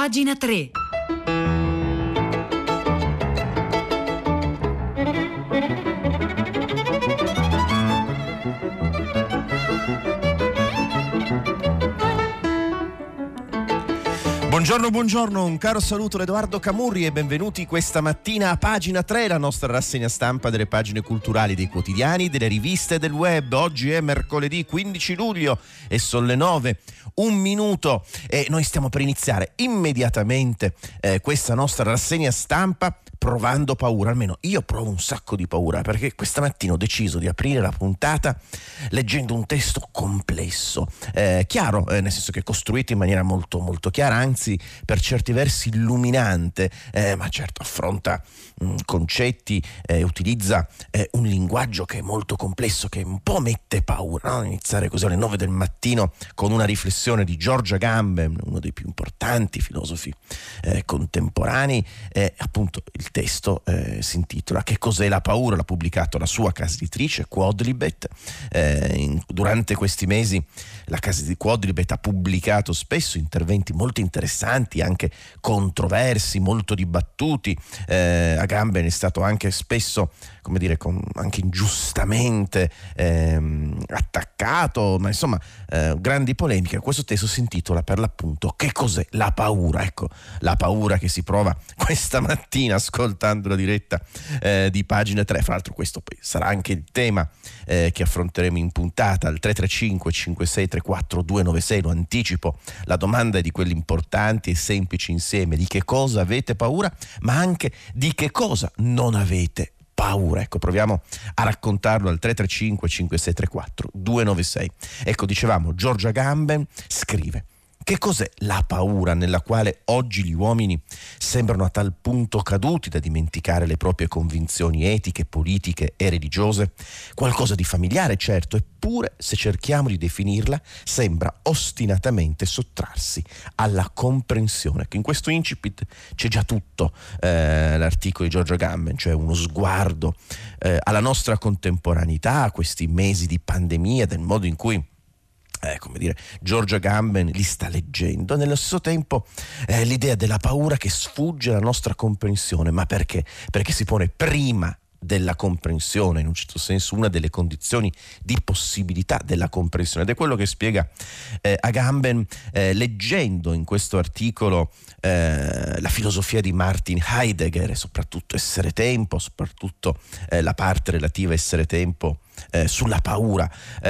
Pagina 3. Buongiorno, un caro saluto da Edoardo Camurri e benvenuti questa mattina a Pagina 3, la nostra rassegna stampa delle pagine culturali dei quotidiani, delle riviste e del web. Oggi è mercoledì 15 luglio e sono le 9:01 e noi stiamo per iniziare immediatamente questa nostra rassegna stampa provando paura. Almeno io provo un sacco di paura, perché questa mattina ho deciso di aprire la puntata leggendo un testo complesso, chiaro, nel senso che costruito in maniera molto molto chiara, anzi per certi versi illuminante, ma certo affronta concetti, utilizza un linguaggio che è molto complesso, che un po' mette paura, no? Iniziare così alle 9 del mattino con una riflessione di George Agamben, uno dei più importanti filosofi contemporanei. Appunto il testo si intitola Che cos'è la paura? L'ha pubblicato la sua casa editrice Quodlibet. Durante questi mesi la casa di Quodlibet ha pubblicato spesso interventi molto interessanti, anche controversi, molto dibattuti. Agamben è stato anche spesso, come dire, anche ingiustamente attaccato, ma insomma grandi polemiche. Questo testo si intitola per l'appunto Che cos'è la paura? Ecco, la paura che si prova questa mattina ascoltando la diretta di Pagina 3. Fra l'altro questo poi sarà anche il tema che affronteremo in puntata al 335 5634 296. Lo anticipo, la domanda è di quelli importanti e semplici insieme: di che cosa avete paura, ma anche di che cosa non avete paura. Ecco, proviamo a raccontarlo al 335 5634 296. Ecco, dicevamo, George Agamben scrive: che cos'è la paura nella quale oggi gli uomini sembrano a tal punto caduti da dimenticare le proprie convinzioni etiche, politiche e religiose? Qualcosa di familiare, certo, eppure se cerchiamo di definirla sembra ostinatamente sottrarsi alla comprensione. In questo incipit c'è già tutto l'articolo di George Agamben, cioè uno sguardo alla nostra contemporaneità, a questi mesi di pandemia, del modo in cui come dire, George Agamben li sta leggendo. Nello stesso tempo l'idea della paura che sfugge alla nostra comprensione. Ma perché? Perché si pone prima della comprensione, in un certo senso una delle condizioni di possibilità della comprensione, ed è quello che spiega Agamben leggendo in questo articolo la filosofia di Martin Heidegger e soprattutto Essere Tempo, soprattutto la parte relativa a Essere Tempo sulla paura,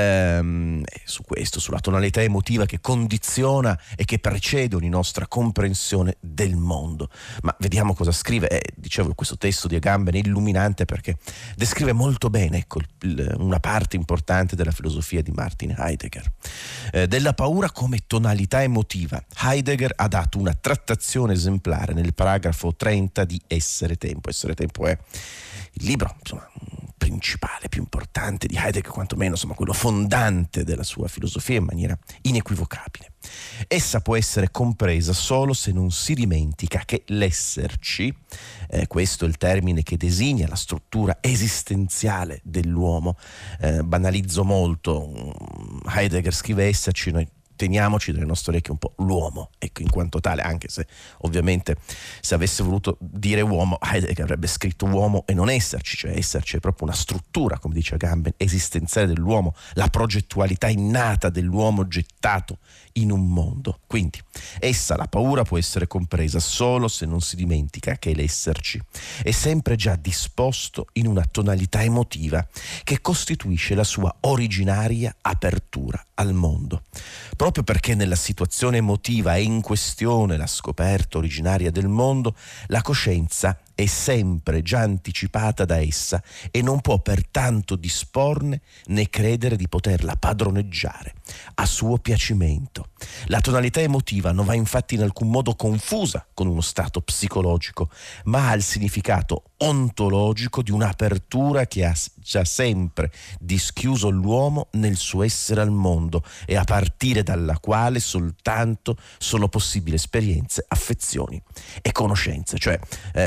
su questo, sulla tonalità emotiva che condiziona e che precede ogni nostra comprensione del mondo. Ma vediamo cosa scrive. Dicevo, questo testo di Agamben è illuminante perché descrive molto bene, ecco, una parte importante della filosofia di Martin Heidegger. Della paura come tonalità emotiva Heidegger ha dato una trattazione esemplare nel paragrafo 30 di Essere Tempo. Essere Tempo è il libro, insomma, principale, più importante di Heidegger, quantomeno, insomma, quello fondante della sua filosofia in maniera inequivocabile. Essa può essere compresa solo se non si dimentica che l'esserci, questo è il termine che designa la struttura esistenziale dell'uomo. Banalizzo molto, Heidegger scrive esserci, noi teniamoci dalle nostre orecchie un po' l'uomo, ecco, in quanto tale, anche se ovviamente se avesse voluto dire uomo Heidegger avrebbe scritto uomo e non esserci, cioè esserci è proprio una struttura, come dice Agamben, esistenziale dell'uomo, la progettualità innata dell'uomo gettato in un mondo. Quindi essa, la paura, può essere compresa solo se non si dimentica che l'esserci è sempre già disposto in una tonalità emotiva che costituisce la sua originaria apertura al mondo. Proprio perché nella situazione emotiva è in questione la scoperta originaria del mondo, la coscienza è sempre già anticipata da essa e non può pertanto disporne né credere di poterla padroneggiare a suo piacimento. La tonalità emotiva non va infatti in alcun modo confusa con uno stato psicologico, ma ha il significato ontologico di un'apertura che ha già sempre dischiuso l'uomo nel suo essere al mondo e a partire dalla quale soltanto sono possibili esperienze, affezioni e conoscenze. Cioè, detto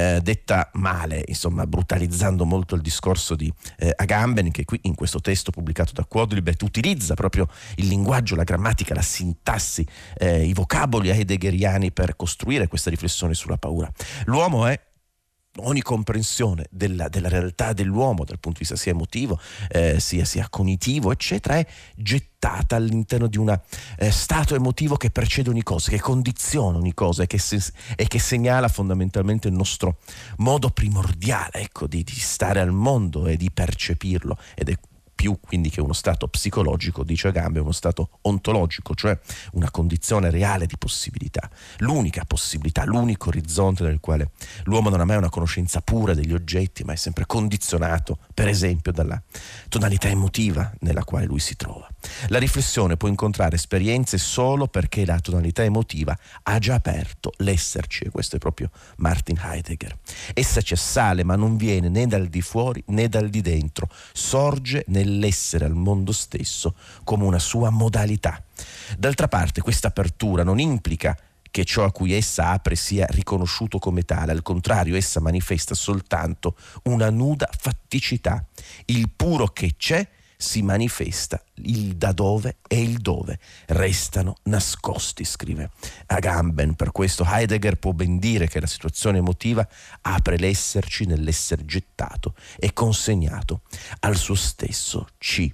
detta male, insomma brutalizzando molto il discorso di Agamben, che qui in questo testo pubblicato da Quodlibet utilizza proprio il linguaggio, la grammatica, la sintassi, i vocaboli heideggeriani per costruire questa riflessione sulla paura. L'uomo è ogni comprensione della realtà dell'uomo dal punto di vista sia emotivo, sia cognitivo, eccetera, è gettata all'interno di un stato emotivo che precede ogni cosa, che condiziona ogni cosa e che segnala fondamentalmente il nostro modo primordiale, ecco, di stare al mondo e di percepirlo, ed è più quindi che uno stato psicologico, dice Agamben, uno stato ontologico, cioè una condizione reale di possibilità, l'unica possibilità, l'unico orizzonte nel quale l'uomo non ha mai una conoscenza pura degli oggetti, ma è sempre condizionato, per esempio, dalla tonalità emotiva nella quale lui si trova. La riflessione può incontrare esperienze solo perché la tonalità emotiva ha già aperto l'esserci, e questo è proprio Martin Heidegger. Essa ci assale, ma non viene né dal di fuori né dal di dentro, sorge nell'essere al mondo stesso come una sua modalità. D'altra parte, questa apertura non implica che ciò a cui essa apre sia riconosciuto come tale, al contrario, essa manifesta soltanto una nuda fatticità. Il puro che c'è si manifesta, il da dove e il dove restano nascosti, scrive Agamben. Per questo Heidegger può ben dire che la situazione emotiva apre l'esserci nell'essere gettato e consegnato al suo stesso ci.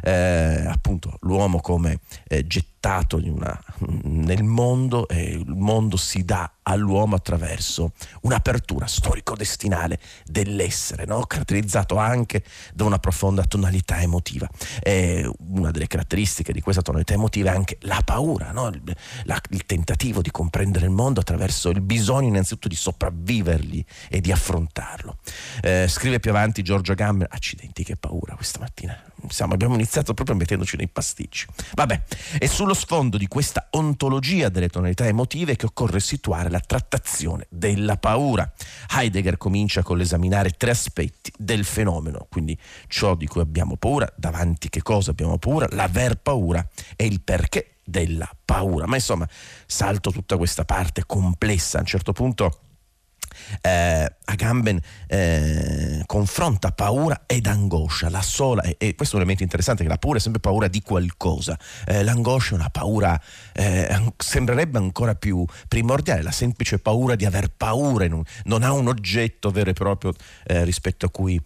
Appunto l'uomo come gettato nel mondo, e il mondo si dà all'uomo attraverso un'apertura storico-destinale dell'essere, no? Caratterizzato anche da una profonda tonalità emotiva. Una delle caratteristiche di questa tonalità emotiva è anche la paura, no? Il tentativo di comprendere il mondo attraverso il bisogno innanzitutto di sopravvivergli e di affrontarlo. Scrive più avanti Giorgio Agamben, accidenti che paura questa mattina, abbiamo iniziato proprio mettendoci nei pasticci. Vabbè, è sullo sfondo di questa ontologia delle tonalità emotive che occorre situare la trattazione della paura. Heidegger comincia con l'esaminare 3 aspetti del fenomeno, quindi ciò di cui abbiamo paura, davanti che cosa abbiamo paura, l'aver paura e il perché della paura. Ma insomma, salto tutta questa parte complessa. A un certo punto Agamben confronta paura ed angoscia, la sola, e questo è un elemento interessante, che la paura è sempre paura di qualcosa, l'angoscia è una paura, sembrerebbe ancora più primordiale, la semplice paura di aver paura, non ha un oggetto vero e proprio rispetto a cui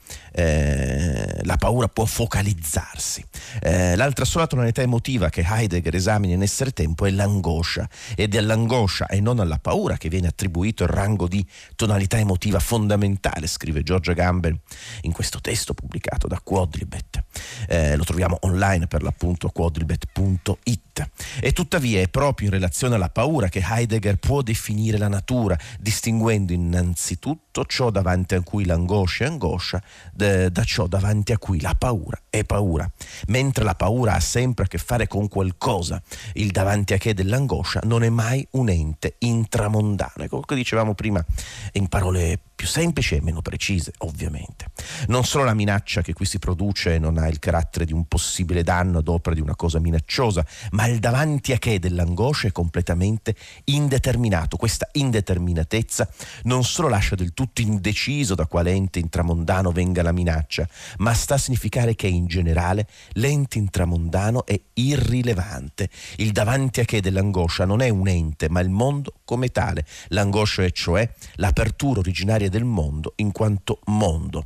la paura può focalizzarsi. L'altra sola tonalità emotiva che Heidegger esamina in Essere Tempo è l'angoscia, ed è all'angoscia e non alla paura che viene attribuito il rango di tonalità emotiva fondamentale, scrive Giorgio Agamben in questo testo pubblicato da Quodlibet. Lo troviamo online, per l'appunto, quodlibet.it. E tuttavia è proprio in relazione alla paura che Heidegger può definire la natura, distinguendo innanzitutto ciò davanti a cui l'angoscia è angoscia da ciò davanti a cui la paura è paura. Mentre la paura ha sempre a che fare con qualcosa, il davanti a che dell'angoscia non è mai un ente intramondano. Ecco, come dicevamo prima, in parole più semplici e meno precise, ovviamente. Non solo la minaccia che qui si produce non ha il carattere di un possibile danno ad opera di una cosa minacciosa, ma il davanti a che dell'angoscia è completamente indeterminato. Questa indeterminatezza non solo lascia del tutto indeciso da quale ente intramondano venga la minaccia, ma sta a significare che in generale l'ente intramondano è irrilevante. Il davanti a che dell'angoscia non è un ente, ma il mondo come tale. L'angoscia è cioè l'apertura originaria del mondo in quanto mondo.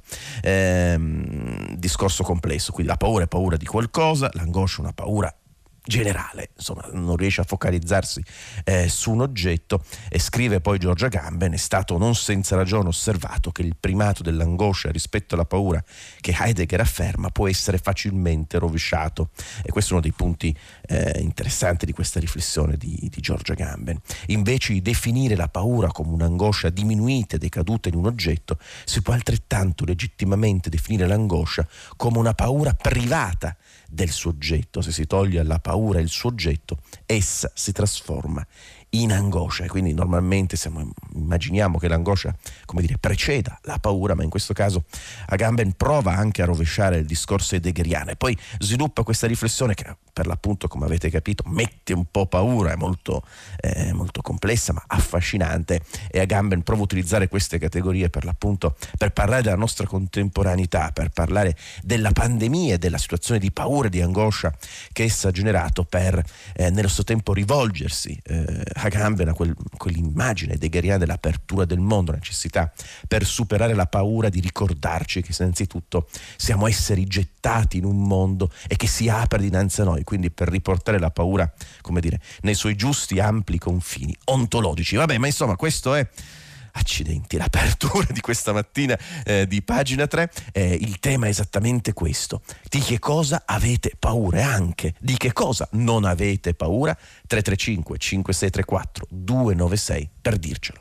Discorso complesso, quindi la paura è paura di qualcosa, l'angoscia è una paura generale, insomma non riesce a focalizzarsi su un oggetto. E scrive poi Giorgio Agamben: è stato non senza ragione osservato che il primato dell'angoscia rispetto alla paura che Heidegger afferma può essere facilmente rovesciato, e questo è uno dei punti interessanti di questa riflessione di Giorgio Agamben. Invece di definire la paura come un'angoscia diminuita e decaduta in un oggetto, si può altrettanto legittimamente definire l'angoscia come una paura privata del suo oggetto. Se si toglie alla paura il suo oggetto, essa si trasforma in angoscia, e quindi normalmente immaginiamo che l'angoscia, come dire, preceda la paura, ma in questo caso Agamben prova anche a rovesciare il discorso heideggeriano e poi sviluppa questa riflessione che per l'appunto, come avete capito, mette un po' paura, è molto complessa ma affascinante, e Agamben prova a utilizzare queste categorie per l'appunto per parlare della nostra contemporaneità, per parlare della pandemia e della situazione di paura e di angoscia che essa ha generato, per nello stesso tempo rivolgersi Agamben a quell'immagine heideggeriana dell'apertura del mondo, la necessità per superare la paura di ricordarci che innanzitutto siamo esseri gettati in un mondo e che si apre dinanzi a noi, quindi per riportare la paura, come dire, nei suoi giusti ampli confini ontologici. Vabbè, ma insomma questo è, accidenti, l'apertura di questa mattina di Pagina 3. Il tema è esattamente questo: di che cosa avete paura, e anche di che cosa non avete paura. 335 5634 296 per dircelo.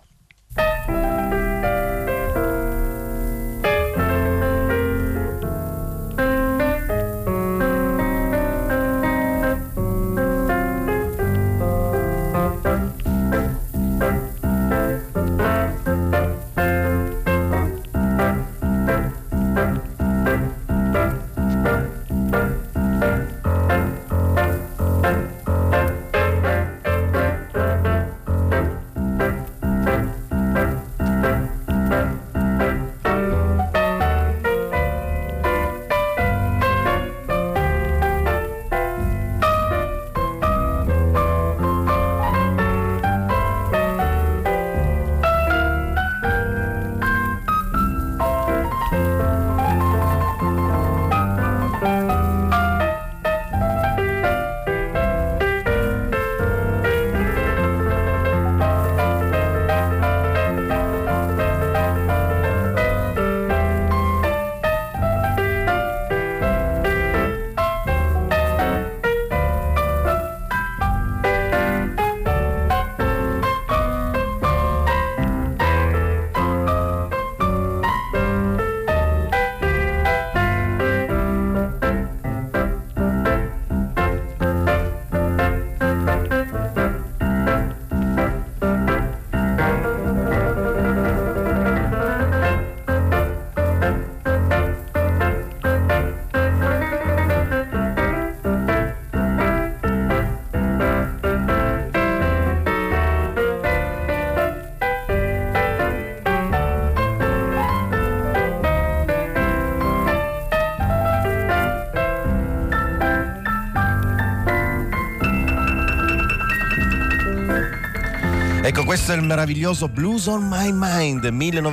Ecco, questo è il meraviglioso Blues on My Mind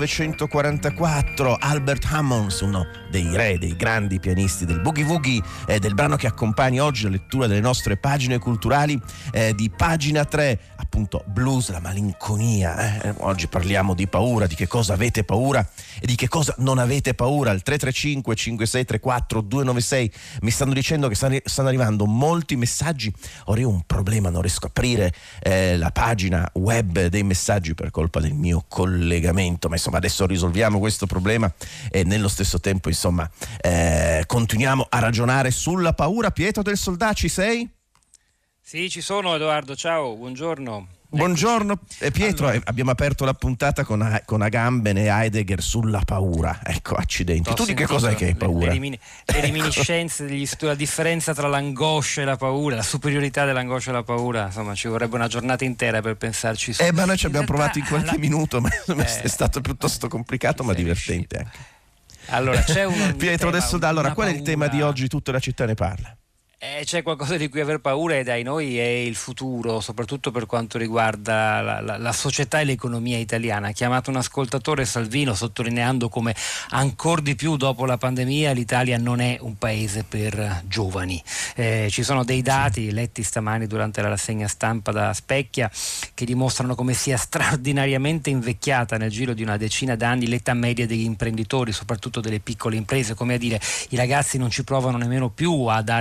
1944, Albert Hammond, uno dei re, dei grandi pianisti del boogie woogie, del brano che accompagna oggi la lettura delle nostre pagine culturali di Pagina 3, appunto blues, la malinconia. Oggi parliamo di paura, di che cosa avete paura e di che cosa non avete paura. Al 335 5634 296 mi stanno dicendo che stanno arrivando molti messaggi. Ora io ho un problema, non riesco a aprire la pagina web dei messaggi per colpa del mio collegamento, ma insomma adesso risolviamo questo problema e nello stesso tempo insomma continuiamo a ragionare sulla paura. Pietro del Soldà, ci sei? Sì, ci sono, Edoardo, ciao, buongiorno. Buongiorno Pietro, allora, abbiamo aperto la puntata con Agamben e Heidegger sulla paura. Ecco, accidenti. Tu di che cosa è che hai paura? Le reminiscenze, la differenza tra l'angoscia e la paura, la superiorità dell'angoscia e la paura, insomma ci vorrebbe una giornata intera per pensarci su. Ma noi ci abbiamo provato in qualche minuto, ma è stato piuttosto complicato ma divertente anche. Allora, c'è un Pietro adesso allora qual è il tema di oggi? Tutta la città ne parla. C'è qualcosa di cui aver paura e dai noi è il futuro, soprattutto per quanto riguarda la società e l'economia italiana. Ha chiamato un ascoltatore, Salvino, sottolineando come ancor di più dopo la pandemia l'Italia non è un paese per giovani. Ci sono dei dati letti stamani durante la rassegna stampa da Specchia che dimostrano come sia straordinariamente invecchiata nel giro di una decina d'anni l'età media degli imprenditori, soprattutto delle piccole imprese, come a dire i ragazzi non ci provano nemmeno più a dare un impulso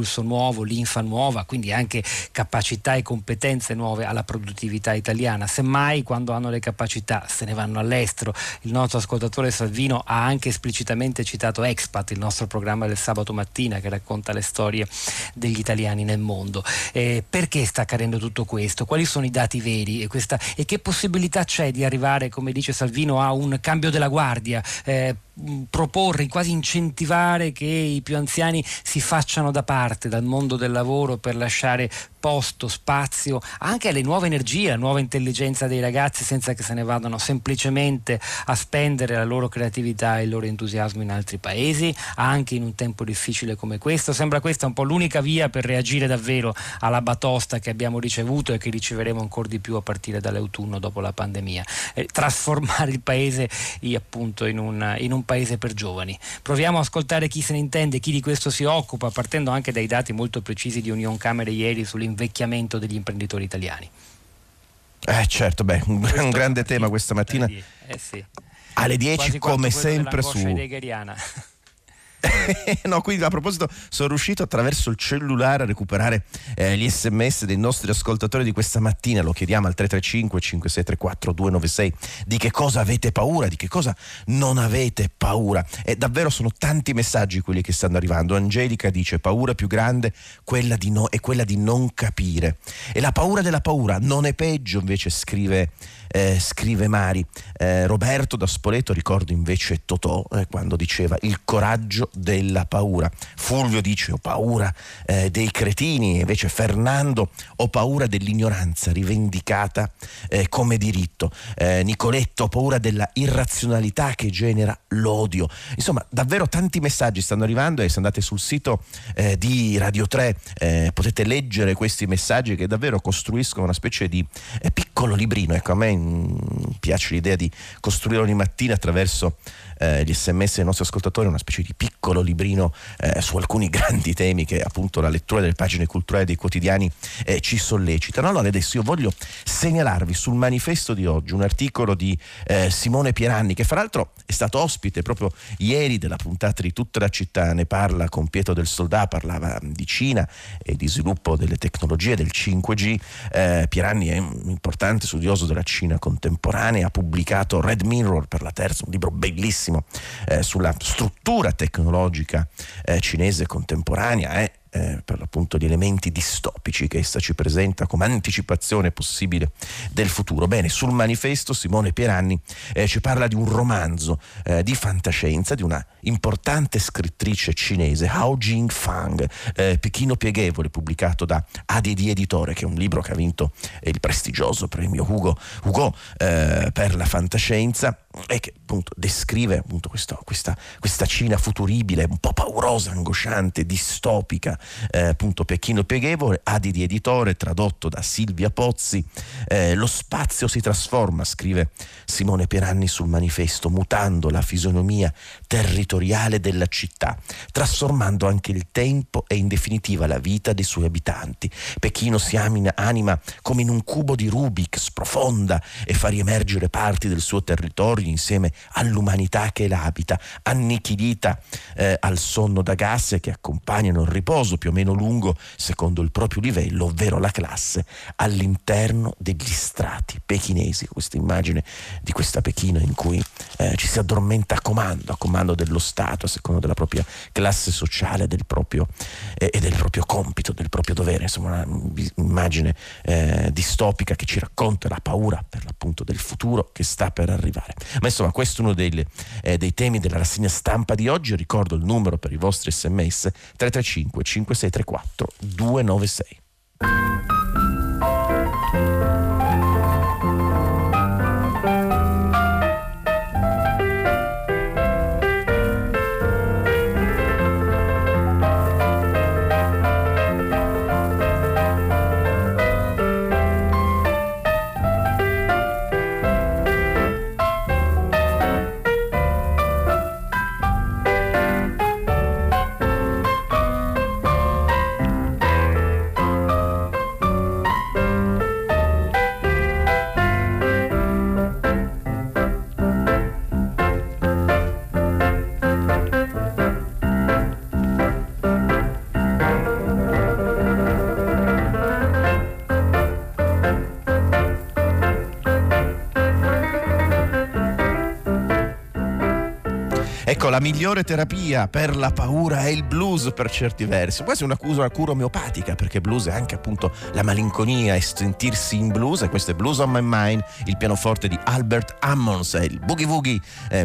l'impulso nuovo, l'infa nuova, quindi anche capacità e competenze nuove alla produttività italiana. Semmai quando hanno le capacità se ne vanno all'estero. Il nostro ascoltatore Salvino ha anche esplicitamente citato Expat, il nostro programma del sabato mattina che racconta le storie degli italiani nel mondo. Perché sta accadendo tutto questo? Quali sono i dati veri? E che possibilità c'è di arrivare, come dice Salvino, a un cambio della guardia? Proporre, quasi incentivare che i più anziani si facciano da parte dal mondo del lavoro per lasciare posto, spazio anche alle nuove energie, alla nuova intelligenza dei ragazzi, senza che se ne vadano semplicemente a spendere la loro creatività e il loro entusiasmo in altri paesi, anche in un tempo difficile come questo. Sembra questa un po' l'unica via per reagire davvero alla batosta che abbiamo ricevuto e che riceveremo ancora di più a partire dall'autunno dopo la pandemia. Trasformare il paese appunto in un paese per giovani. Proviamo a ascoltare chi se ne intende, chi di questo si occupa, partendo anche dai dati molto precisi di Unioncamere ieri sull'invecchiamento degli imprenditori italiani. Certo, un grande tema questa mattina. Sì. Alle 10 come sempre su no, quindi a proposito sono riuscito attraverso il cellulare a recuperare gli sms dei nostri ascoltatori di questa mattina. Lo chiediamo al 335 5634 296 di che cosa avete paura, di che cosa non avete paura, e davvero sono tanti messaggi quelli che stanno arrivando. Angelica dice: paura più grande è quella di non capire, e la paura della paura non è peggio, invece scrive Mari. Roberto da Spoleto ricordo invece Totò quando diceva il coraggio della paura. Fulvio dice: ho paura dei cretini. Invece Fernando: ho paura dell'ignoranza rivendicata come diritto. Nicoletto: ho paura della irrazionalità che genera l'odio. Insomma, davvero tanti messaggi stanno arrivando, e se andate sul sito di Radio 3 potete leggere questi messaggi che davvero costruiscono una specie di piccolo librino. Ecco, a me piace l'idea di costruire ogni mattina attraverso gli sms dei nostri ascoltatori una specie di piccolo librino su alcuni grandi temi che appunto la lettura delle pagine culturali dei quotidiani ci sollecitano. Allora adesso io voglio segnalarvi sul manifesto di oggi un articolo di Simone Pieranni, che fra l'altro è stato ospite proprio ieri della puntata di Tutta la città ne parla con Pietro del Soldà. Parlava di Cina e di sviluppo delle tecnologie del 5G. Pieranni è un importante studioso della Cina contemporanea, ha pubblicato Red Mirror per la Terza, un libro bellissimo sulla struttura tecnologica cinese contemporanea, per l'appunto gli elementi distopici che essa ci presenta come anticipazione possibile del futuro. Bene, sul manifesto Simone Pieranni ci parla di un romanzo di fantascienza di una importante scrittrice cinese, Hao Jingfang, Pechino pieghevole, pubblicato da ADD Editore, che è un libro che ha vinto il prestigioso premio Hugo per la fantascienza, e che appunto descrive appunto questa Cina futuribile, un po' paurosa, angosciante, distopica. Appunto Pechino pieghevole, ADD Editore, tradotto da Silvia Pozzi. Lo spazio si trasforma, scrive Simone Pieranni sul manifesto, mutando la fisionomia territoriale della città, trasformando anche il tempo e in definitiva la vita dei suoi abitanti. Pechino si anima come in un cubo di Rubik, sprofonda e fa riemergere parti del suo territorio insieme all'umanità che l'abita, annichilita al sonno da gas che accompagnano il riposo più o meno lungo secondo il proprio livello, ovvero la classe, all'interno degli strati pechinesi. Questa immagine di questa Pechino in cui ci si addormenta a comando dello Stato, a secondo della propria classe sociale, del proprio compito, del proprio dovere. Insomma, un'immagine distopica che ci racconta la paura per l'appunto del futuro che sta per arrivare. Ma insomma, questo è uno dei temi della rassegna stampa di oggi. Ricordo il numero per i vostri sms: 335 5634 296. Ecco, la migliore terapia per la paura è il blues per certi versi. Può essere una cura omeopatica, perché blues è anche appunto la malinconia e sentirsi in blues, e questo è Blues on My Mind, il pianoforte di Albert Hammond, il Boogie Woogie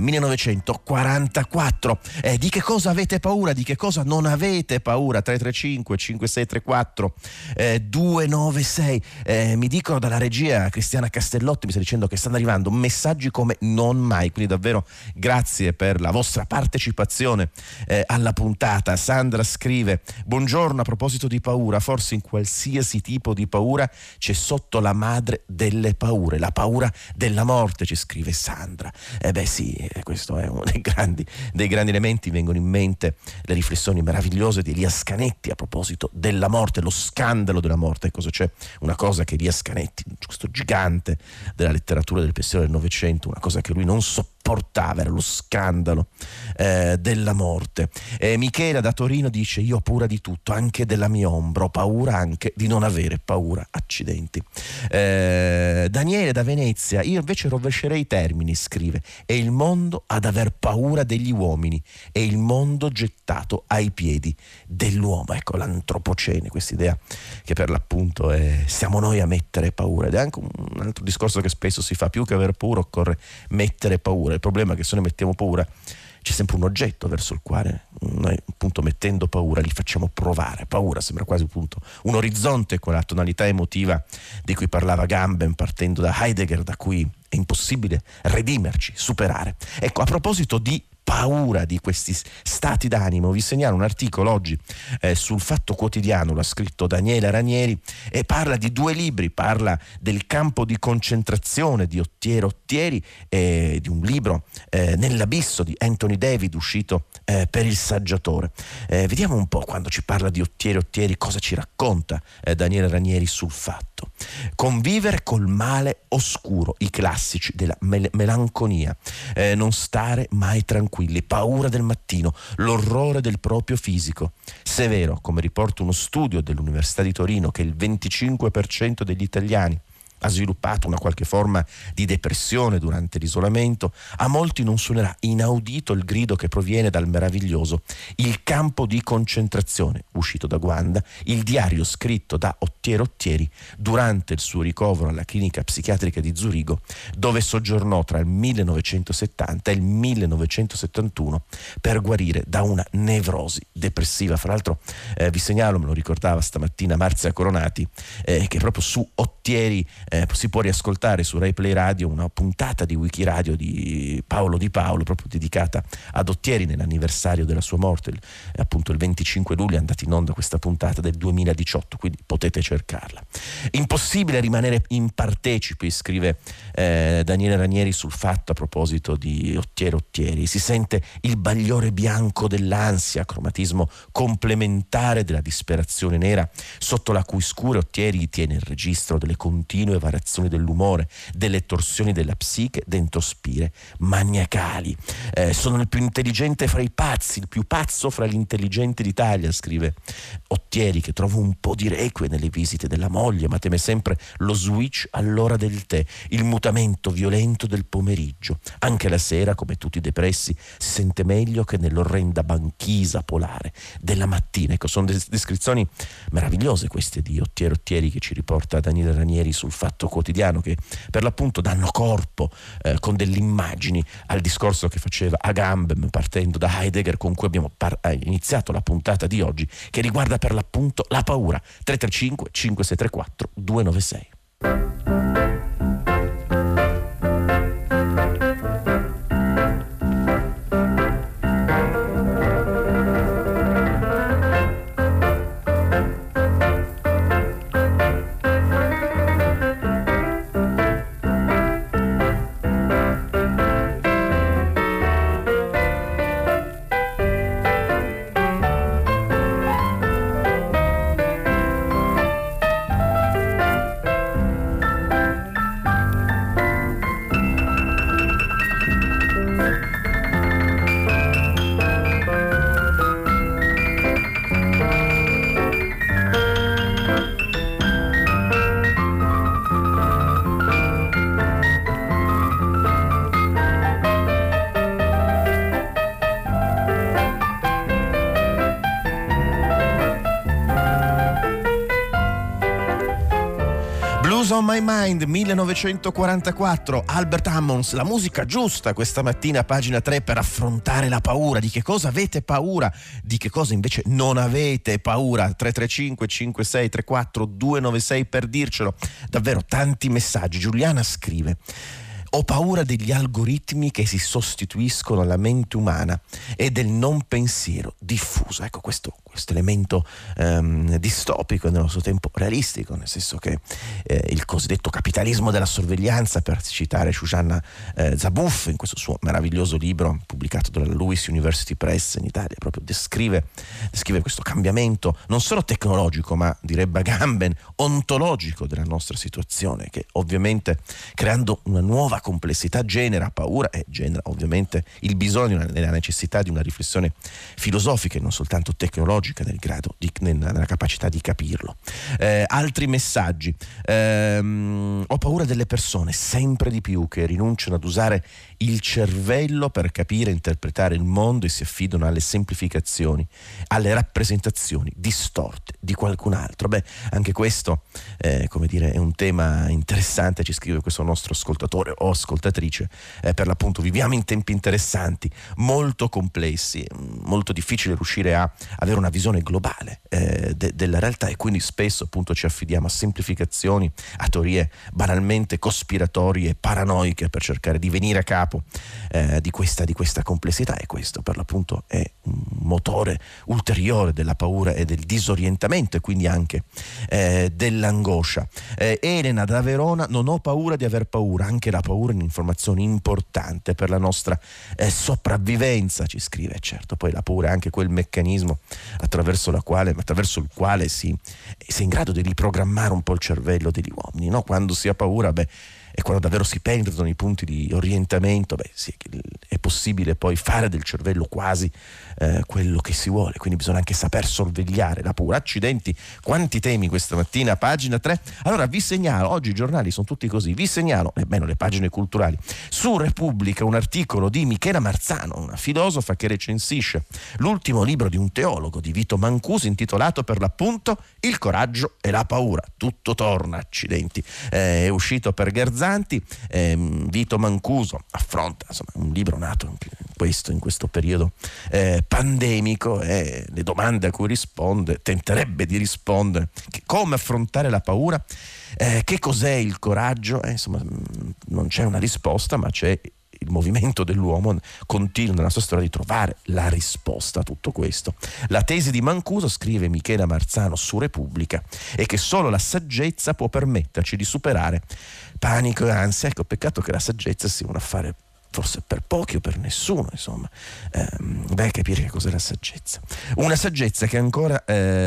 1944. Di che cosa avete paura? Di che cosa non avete paura? 335 5634 296. Mi dicono dalla regia, Cristiana Castellotti mi sta dicendo che stanno arrivando messaggi come non mai, quindi davvero grazie per la vostra partecipazione alla puntata. Sandra scrive: buongiorno, a proposito di paura, forse in qualsiasi tipo di paura c'è sotto la madre delle paure, la paura della morte, ci scrive Sandra. Beh sì, questo è uno dei grandi elementi. Vengono in mente le riflessioni meravigliose di Elias Canetti a proposito della morte, lo scandalo della morte. Cosa c'è? Una cosa che Elias Canetti, questo gigante della letteratura del pensiero del Novecento, una cosa che lui non sopportava, era lo scandalo della morte. Michela da Torino dice: io ho paura di tutto, anche della mia ombra, ho paura anche di non avere paura. Accidenti. Daniele da Venezia: io invece rovescerei i termini, scrive: è il mondo ad aver paura degli uomini, è il mondo gettato ai piedi dell'uomo. Ecco, l'antropocene, questa idea che per l'appunto siamo noi a mettere paura, ed è anche un altro discorso che spesso si fa: più che aver paura occorre mettere paura. Il problema è che se noi mettiamo paura c'è sempre un oggetto verso il quale noi, appunto, mettendo paura, li facciamo provare. Paura sembra quasi appunto un orizzonte, quella tonalità emotiva di cui parlava Gamben, partendo da Heidegger, da cui è impossibile redimerci, superare. Ecco, a proposito di paura, di questi stati d'animo, vi segnalo un articolo oggi sul Fatto Quotidiano, l'ha scritto Daniele Ranieri, e parla di due libri, parla del campo di concentrazione di Ottiero Ottieri e di un libro Nell'abisso di Anthony David, uscito per Il Saggiatore. Vediamo un po', quando ci parla di Ottiero Ottieri, cosa ci racconta Daniele Ranieri sul Fatto. Convivere col male oscuro, i classici della melanconia, non stare mai tranquilli, paura del mattino, l'orrore del proprio fisico. Se è vero, come riporta uno studio dell'Università di Torino, che il 25% degli italiani ha sviluppato una qualche forma di depressione durante l'isolamento, a molti non suonerà inaudito il grido che proviene dal meraviglioso Il campo di concentrazione, uscito da Guanda, il diario scritto da Ottiero Ottieri durante il suo ricovero alla clinica psichiatrica di Zurigo, dove soggiornò tra il 1970 e il 1971 per guarire da una nevrosi depressiva. Fra l'altro vi segnalo, me lo ricordava stamattina Marzia Coronati, che proprio su Ottieri si può riascoltare su Rai Play Radio una puntata di Wikiradio di Paolo Di Paolo, proprio dedicata ad Ottieri nell'anniversario della sua morte, appunto il 25 luglio è andata in onda questa puntata del 2018, quindi potete cercarla. Impossibile rimanere impartecipi, scrive Daniele Ranieri sul Fatto a proposito di Ottiero Ottieri. Si sente il bagliore bianco dell'ansia, cromatismo complementare della disperazione nera, sotto la cui scura Ottieri tiene il registro delle continue variazioni dell'umore, delle torsioni della psiche dentro spire maniacali. Sono il più intelligente fra i pazzi, il più pazzo fra gli intelligenti d'Italia, scrive Ottieri, che trova un po' di requie nelle visite della moglie, ma teme sempre lo switch all'ora del tè, il mutamento violento del pomeriggio. Anche la sera, come tutti i depressi, si sente meglio che nell'orrenda banchisa polare della mattina. Ecco, sono descrizioni meravigliose queste di Ottiero Ottieri, che ci riporta Daniele Ranieri sul Fatto Quotidiano, che per l'appunto danno corpo con delle immagini al discorso che faceva Agamben, partendo da Heidegger, con cui abbiamo iniziato la puntata di oggi, che riguarda per l'appunto la paura. 335 5634 296. Who's on My Mind, 1944, Albert Hammond, la musica giusta questa mattina, pagina 3, per affrontare la paura. Di che cosa avete paura? Di che cosa invece non avete paura? 335 56 34 296 per dircelo. Davvero tanti messaggi. Giuliana scrive: ho paura degli algoritmi che si sostituiscono alla mente umana e del non pensiero diffuso. Ecco, questo elemento distopico e nello stesso tempo realistico, nel senso che il cosiddetto capitalismo della sorveglianza, per citare Shoshana Zuboff in questo suo meraviglioso libro pubblicato dalla Lewis University Press in Italia, proprio descrive questo cambiamento non solo tecnologico, ma direbbe Agamben ontologico della nostra situazione, che ovviamente, creando una nuova complessità, genera paura e genera ovviamente il bisogno e la necessità di una riflessione filosofica e non soltanto tecnologica nella capacità di capirlo. Altri messaggi: ho paura delle persone sempre di più che rinunciano ad usare il cervello per capire e interpretare il mondo e si affidano alle semplificazioni, alle rappresentazioni distorte di qualcun altro. Anche questo è un tema interessante. Ci scrive questo nostro ascoltatore o ascoltatrice: per l'appunto viviamo in tempi interessanti, molto complessi, molto difficile riuscire a avere una visione globale della realtà, e quindi spesso appunto ci affidiamo a semplificazioni, a teorie banalmente cospiratorie e paranoiche per cercare di venire a capo di questa complessità, e questo per l'appunto è un motore ulteriore della paura e del disorientamento, e quindi anche dell'angoscia. Elena da Verona: non ho paura di aver paura, anche la paura è un'informazione importante per la nostra sopravvivenza, ci scrive. Certo, poi la paura è anche quel meccanismo attraverso il quale si è in grado di riprogrammare un po' il cervello degli uomini, no? Quando si ha paura, e quando davvero si penetrano i punti di orientamento, sì, è possibile poi fare del cervello quasi quello che si vuole, quindi bisogna anche saper sorvegliare la paura. Accidenti, quanti temi questa mattina, pagina 3. Allora vi segnalo, oggi i giornali sono tutti così, vi segnalo, nemmeno le pagine culturali, su Repubblica un articolo di Michela Marzano, una filosofa che recensisce l'ultimo libro di un teologo, di Vito Mancuso, intitolato per l'appunto Il coraggio e la paura. Tutto torna, accidenti. È uscito per Garzanti. Vito Mancuso affronta un libro nato in questo periodo pandemico, e le domande a cui tenterebbe di rispondere: come affrontare la paura, che cos'è il coraggio, non c'è una risposta, ma c'è il movimento dell'uomo continua nella sua storia di trovare la risposta a tutto questo. La tesi di Mancuso, scrive Michela Marzano su Repubblica, è che solo la saggezza può permetterci di superare panico e ansia. Ecco, peccato che la saggezza sia un affare forse per pochi o per nessuno, capire che cos'è la saggezza. Una saggezza che ancora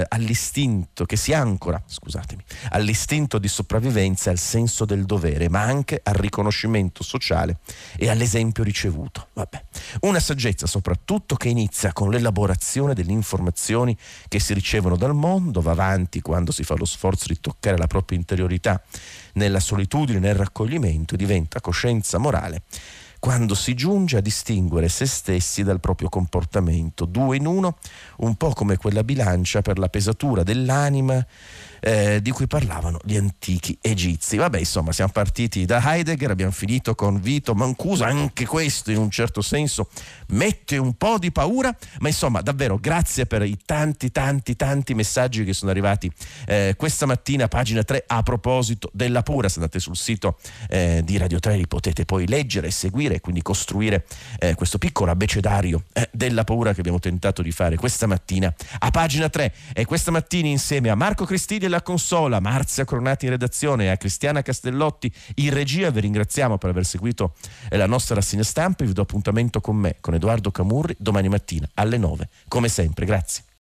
che si ancora all'istinto di sopravvivenza e al senso del dovere, ma anche al riconoscimento sociale e all'esempio ricevuto. Una saggezza soprattutto che inizia con l'elaborazione delle informazioni che si ricevono dal mondo, va avanti quando si fa lo sforzo di toccare la propria interiorità nella solitudine, nel raccoglimento, e diventa coscienza morale quando si giunge a distinguere se stessi dal proprio comportamento, due in uno, un po' come quella bilancia per la pesatura dell'anima di cui parlavano gli antichi egizi. Siamo partiti da Heidegger, abbiamo finito con Vito Mancuso. Anche questo in un certo senso mette un po' di paura, ma davvero grazie per i tanti messaggi che sono arrivati questa mattina, pagina 3, a proposito della paura. Se andate sul sito di Radio 3 li potete poi leggere, seguire e quindi costruire questo piccolo abbecedario della paura che abbiamo tentato di fare questa mattina a pagina 3. E questa mattina, insieme a Marco Cristini alla consola, Marzia Coronati in redazione e a Cristiana Castellotti in regia, vi ringraziamo per aver seguito la nostra rassegna stampa, e vi do appuntamento con me, con Edoardo Camurri, domani mattina alle 9, come sempre. Grazie.